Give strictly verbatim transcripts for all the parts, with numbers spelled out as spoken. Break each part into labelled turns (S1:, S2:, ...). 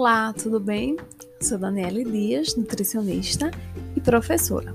S1: Olá, tudo bem? Sou Daniele Dias, nutricionista e professora.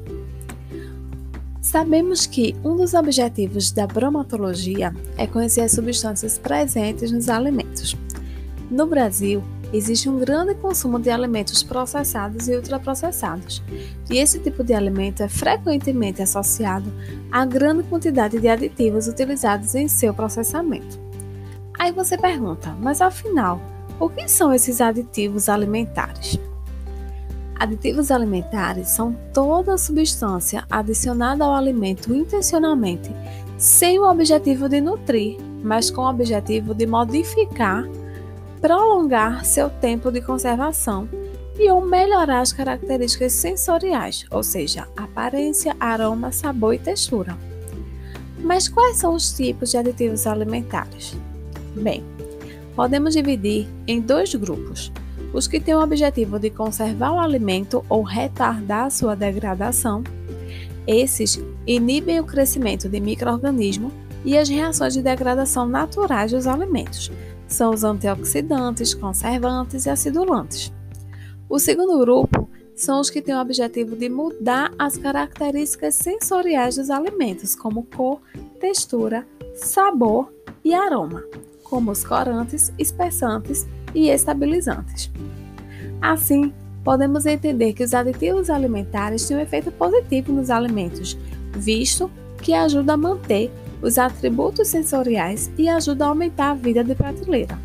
S1: Sabemos que um dos objetivos da bromatologia é conhecer as substâncias presentes nos alimentos. No Brasil, existe um grande consumo de alimentos processados e ultraprocessados, e esse tipo de alimento é frequentemente associado à grande quantidade de aditivos utilizados em seu processamento. Aí você pergunta, mas afinal, o que são esses aditivos alimentares? Aditivos alimentares são toda substância adicionada ao alimento intencionalmente, sem o objetivo de nutrir, mas com o objetivo de modificar, prolongar seu tempo de conservação e ou melhorar as características sensoriais, ou seja, aparência, aroma, sabor e textura. Mas quais são os tipos de aditivos alimentares? Bem, podemos dividir em dois grupos: os que têm o objetivo de conservar o alimento ou retardar sua degradação. Esses inibem o crescimento de micro-organismos e as reações de degradação naturais dos alimentos. São os antioxidantes, conservantes e acidulantes. O segundo grupo são os que têm o objetivo de mudar as características sensoriais dos alimentos, como cor, textura, sabor e aroma, como os corantes, espessantes e estabilizantes. Assim, podemos entender que os aditivos alimentares têm um efeito positivo nos alimentos, visto que ajuda a manter os atributos sensoriais e ajuda a aumentar a vida de prateleira.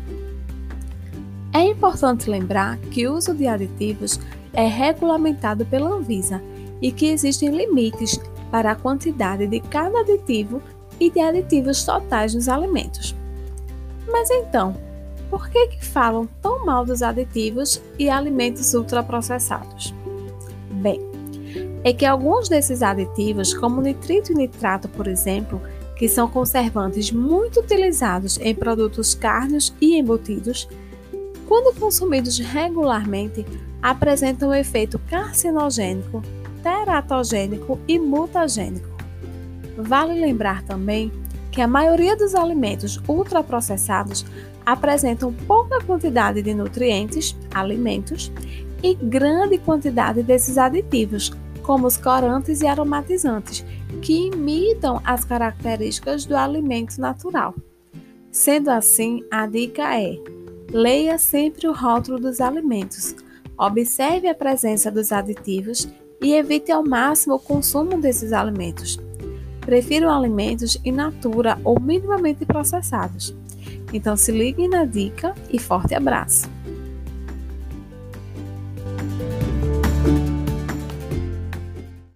S1: É importante lembrar que o uso de aditivos é regulamentado pela Anvisa e que existem limites para a quantidade de cada aditivo e de aditivos totais nos alimentos. Mas então, por que que falam tão mal dos aditivos e alimentos ultraprocessados? Bem, é que alguns desses aditivos, como nitrito e nitrato, por exemplo, que são conservantes muito utilizados em produtos cárneos e embutidos, quando consumidos regularmente, apresentam um efeito carcinogênico, teratogênico e mutagênico. Vale lembrar também que a maioria dos alimentos ultraprocessados apresentam pouca quantidade de nutrientes, alimentos, e grande quantidade desses aditivos, como os corantes e aromatizantes, que imitam as características do alimento natural. Sendo assim, a dica é: leia sempre o rótulo dos alimentos, observe a presença dos aditivos e evite ao máximo o consumo desses alimentos. Prefiro alimentos in natura ou minimamente processados. Então se liguem na dica e forte abraço!